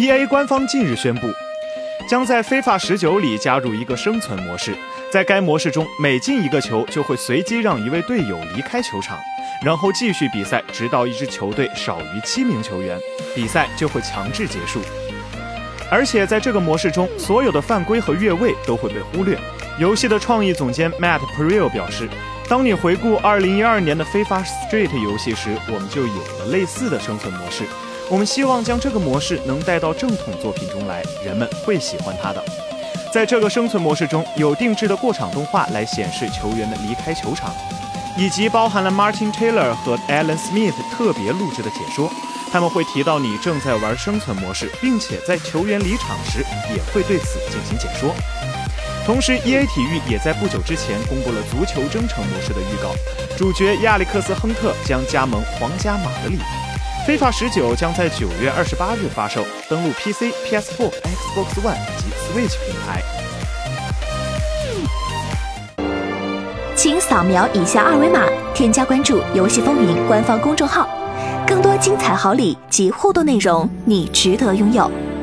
EA 官方近日宣布，将在 FIFA 19里加入一个生存模式，在该模式中，每进一个球就会随机让一位队友离开球场，然后继续比赛，直到一支球队少于7名球员，比赛就会强制结束。而且在这个模式中，所有的犯规和越位都会被忽略。游戏的创意总监 Matt Priel 表示，当你回顾2012年的 FIFA Street 游戏时，我们就有了类似的生存模式。我们希望将这个模式能带到正统作品中来，人们会喜欢它的。在这个生存模式中，有定制的过场动画来显示球员的离开球场，以及包含了 Martin Taylor 和 Alan Smith 特别录制的解说。他们会提到你正在玩生存模式，并且在球员离场时也会对此进行解说。同时 EA 体育也在不久之前公布了足球征程模式的预告，主角亚历克斯·亨特将加盟皇家马德里。FIFA 19将在9月28日发售，登陆 PC、PS4、Xbox One 以及 Switch 平台。 请扫描以下二维码，添加关注游戏风云官方公众号，更多精彩好礼及互动内容，你值得拥有。